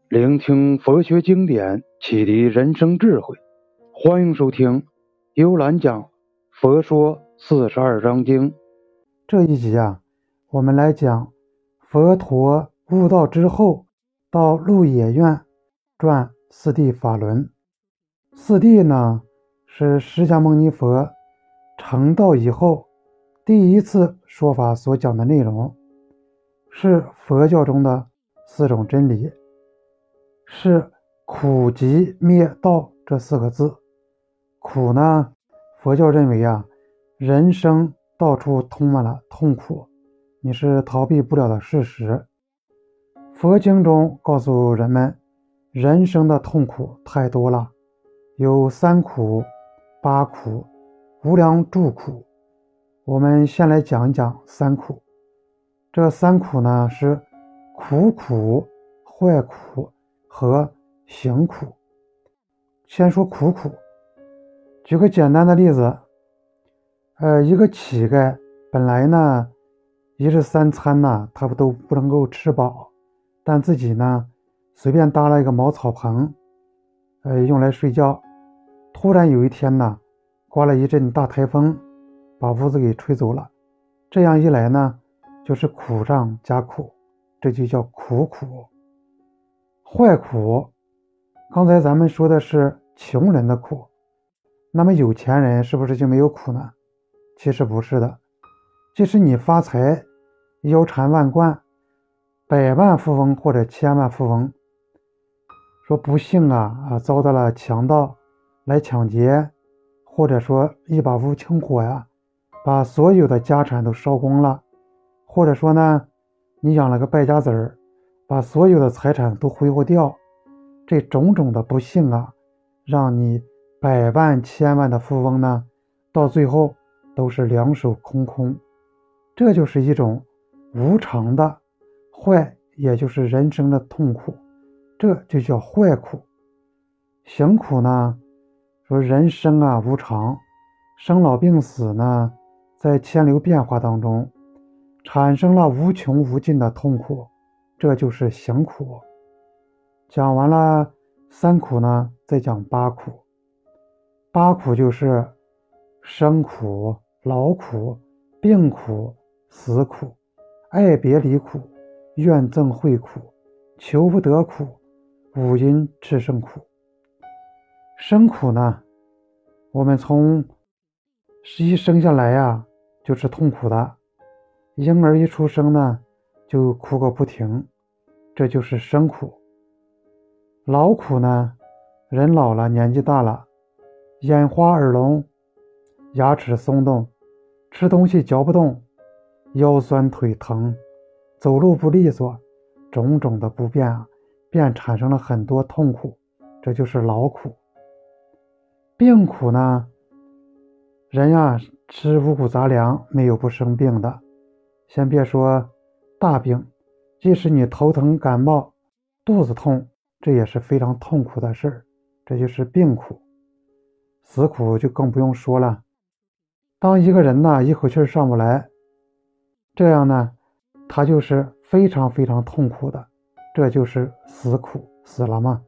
聆听佛学经典，启迪人生智慧。欢迎收听幽兰讲佛说42章经。这一集我们来讲佛陀悟道之后到鹿野苑转四谛法轮。四谛呢，是释迦牟尼佛成道以后第一次说法所讲的内容，是佛教中的4种真理，是苦集灭道这4个字。苦呢，佛教认为人生到处充满了痛苦，你是逃避不了的事实。佛经中告诉人们，人生的痛苦太多了，有3苦、8苦、无量诸苦。我们先来讲一讲3苦。这3苦呢，是苦苦、坏苦和行苦。先说苦苦。举个简单的例子，一个乞丐本来呢1日3餐他都不能够吃饱，但自己呢随便搭了一个茅草棚，用来睡觉。突然有一天刮了一阵大台风，把屋子给吹走了。这样一来呢，就是苦上加苦，这就叫苦苦。坏苦，刚才咱们说的是穷人的苦，那么有钱人是不是就没有苦呢？其实不是的，即使你发财腰缠万贯，100万富翁或者1000万富翁，说不幸遭到了强盗来抢劫，或者说一把无情火把所有的家产都烧光了，或者说呢你养了个败家子儿，把所有的财产都挥霍掉，这种种的不幸让你100万1000万的富翁呢，到最后都是两手空空。这就是一种无常的坏，也就是人生的痛苦，这就叫坏苦。行苦呢，说人生无常，生老病死呢，在千流变化当中产生了无穷无尽的痛苦，这就是行苦。讲完了3苦呢，再讲8苦。8苦就是生苦、老苦、病苦、死苦、爱别离苦、怨憎会苦、求不得苦、五阴炽盛苦。生苦呢，我们从一生下来就是痛苦的，婴儿一出生呢就哭个不停，这就是生苦。老苦呢，人老了，年纪大了，眼花耳聋，牙齿松动，吃东西嚼不动，腰酸腿疼，走路不利索，种种的不便便产生了很多痛苦，这就是老苦。病苦呢，人吃五谷杂粮没有不生病的，先别说大病，即使你头疼感冒肚子痛，这也是非常痛苦的事儿，这就是病苦。死苦就更不用说了，当一个人一口气上不来，这样呢他就是非常非常痛苦的，这就是死苦，死了嘛。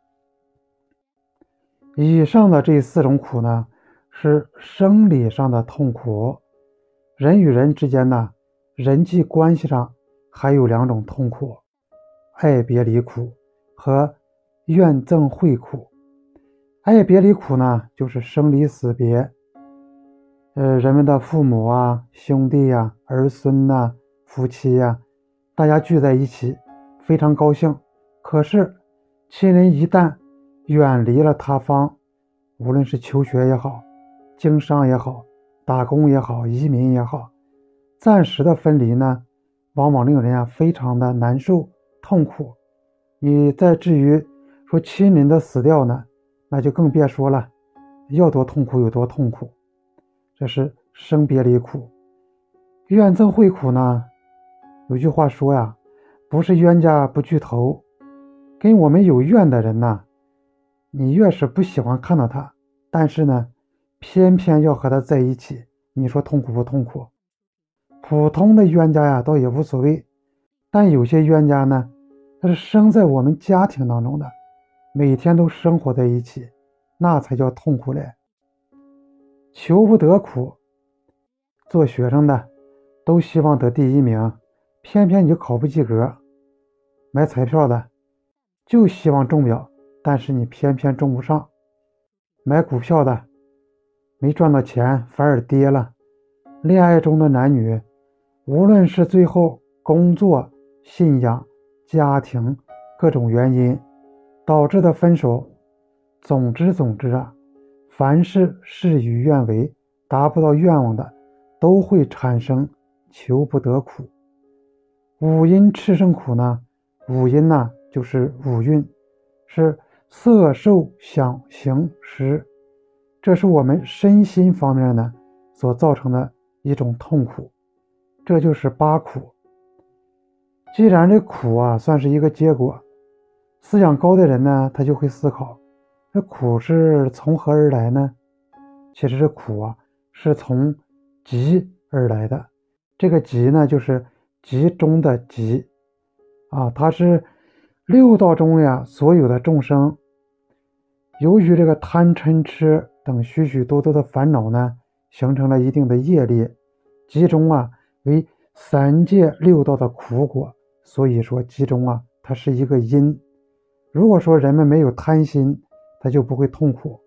以上的这4种苦呢，是生理上的痛苦。人与人之间人际关系上还有2种痛苦，爱别离苦和怨憎会苦。爱别离苦呢，就是生离死别，人们的父母兄弟儿孙夫妻大家聚在一起非常高兴，可是亲人一旦远离了他方，无论是求学也好，经商也好，打工也好，移民也好，暂时的分离呢，往往令人非常的难受痛苦。你再至于说亲人的死掉呢，那就更别说了，要多痛苦有多痛苦，这是生别离苦。怨憎会苦呢，有句话说不是冤家不聚头，跟我们有怨的人你越是不喜欢看到他，但是呢偏偏要和他在一起，你说痛苦不痛苦？普通的冤家倒也无所谓，但有些冤家呢它是生在我们家庭当中的，每天都生活在一起，那才叫痛苦嘞。求不得苦，做学生的都希望得第一名，偏偏你就考不及格。买彩票的就希望中标，但是你偏偏中不上。买股票的没赚到钱，反而跌了。恋爱中的男女，无论是最后工作、信仰、家庭各种原因导致的分手，总之啊，凡是事与愿违，达不到愿望的，都会产生求不得苦。五阴炽盛苦呢，五阴呢就是五蕴，是色受想行识，这是我们身心方面呢所造成的一种痛苦，这就是八苦。既然这苦啊算是一个结果，思想高的人呢，他就会思考，这苦是从何而来呢？其实这苦啊是从集而来的，这个集呢就是集中的集啊，它是六道中呀所有的众生，由于这个贪嗔痴等许许多多的烦恼呢，形成了一定的业力，集中啊为三界六道的苦果，所以说集中啊它是一个因。如果说人们没有贪心，他就不会痛苦。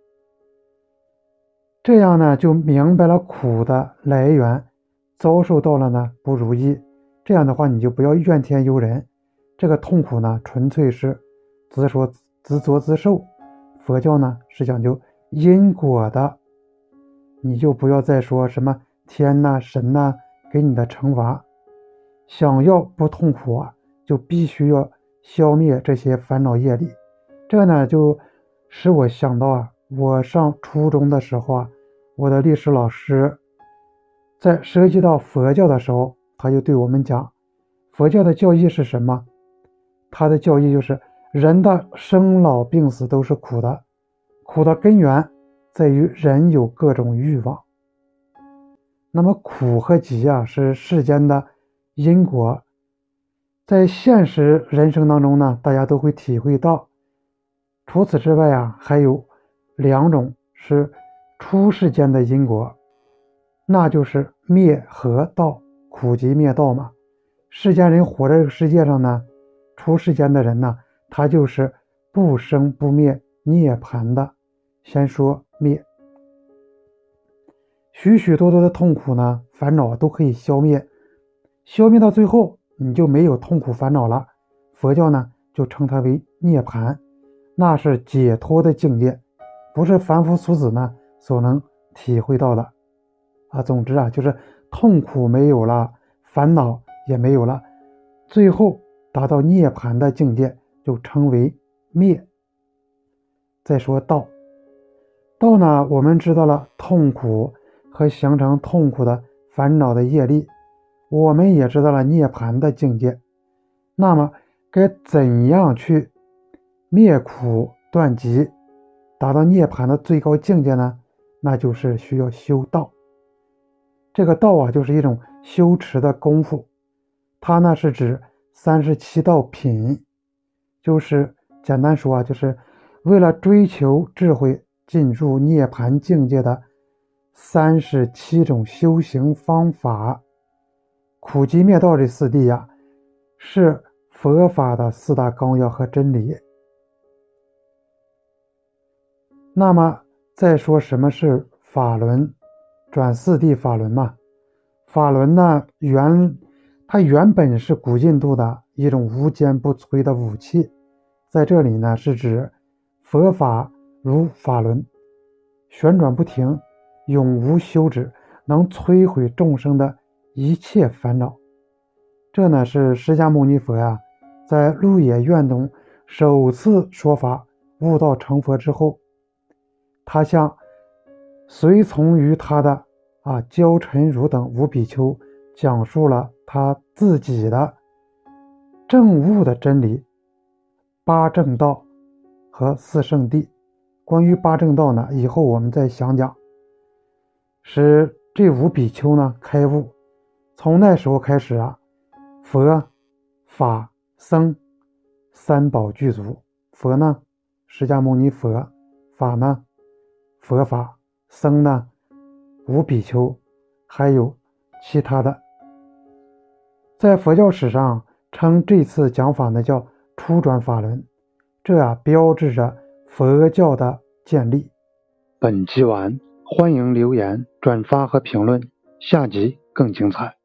这样呢就明白了苦的来源，遭受到了呢不如意，这样的话你就不要怨天尤人，这个痛苦呢纯粹是自作自受。佛教呢是讲究因果的，你就不要再说什么天呐神呐给你的惩罚。想要不痛苦啊，就必须要消灭这些烦恼业力。这呢就使我想到啊，我上初中的时候啊，我的历史老师在涉及到佛教的时候，他就对我们讲，佛教的教义是什么？他的教义就是人的生老病死都是苦的，苦的根源在于人有各种欲望。那么苦和集啊是世间的因果，在现实人生当中呢，大家都会体会到。除此之外啊，还有两种是出世间的因果，那就是灭和道，苦集灭道嘛。世间人活在这个世界上呢，出世间的人呢，他就是不生不灭涅槃的。先说灭，许许多多的痛苦呢，烦恼都可以消灭，消灭到最后你就没有痛苦烦恼了。佛教呢就称它为涅槃，那是解脱的境界，不是凡夫俗子呢所能体会到的啊。总之啊，就是痛苦没有了，烦恼也没有了，最后达到涅槃的境界，就称为灭。再说道，道呢，我们知道了痛苦和形成痛苦的烦恼的业力，我们也知道了涅槃的境界。那么该怎样去灭苦断集，达到涅槃的最高境界呢？那就是需要修道。这个道啊，就是一种修持的功夫，它呢是指37道品，就是简单说啊，就是为了追求智慧进入涅槃境界的37种修行方法。苦集灭道这4谛呀，是佛法的4大纲要和真理。那么再说什么是法轮，转4谛法轮嘛。法轮呢，它原本是古印度的一种无坚不摧的武器，在这里呢是指佛法如法轮，旋转不停，永无休止，能摧毁众生的一切烦恼。这呢是释迦牟尼佛呀，在鹿野苑中首次说法悟道成佛之后，他向随从于他的焦陈如等5比丘讲述了他自己的证悟的真理，8正道和4圣谛。关于8正道呢，以后我们再详讲。使这5比丘呢开悟，从那时候开始啊，佛法僧三宝具足，佛呢释迦牟尼佛，法呢佛法，僧呢无比丘，还有其他的。在佛教史上称这次讲法呢叫初转法轮，这标志着佛教的建立。本集完，欢迎留言、转发和评论，下集更精彩。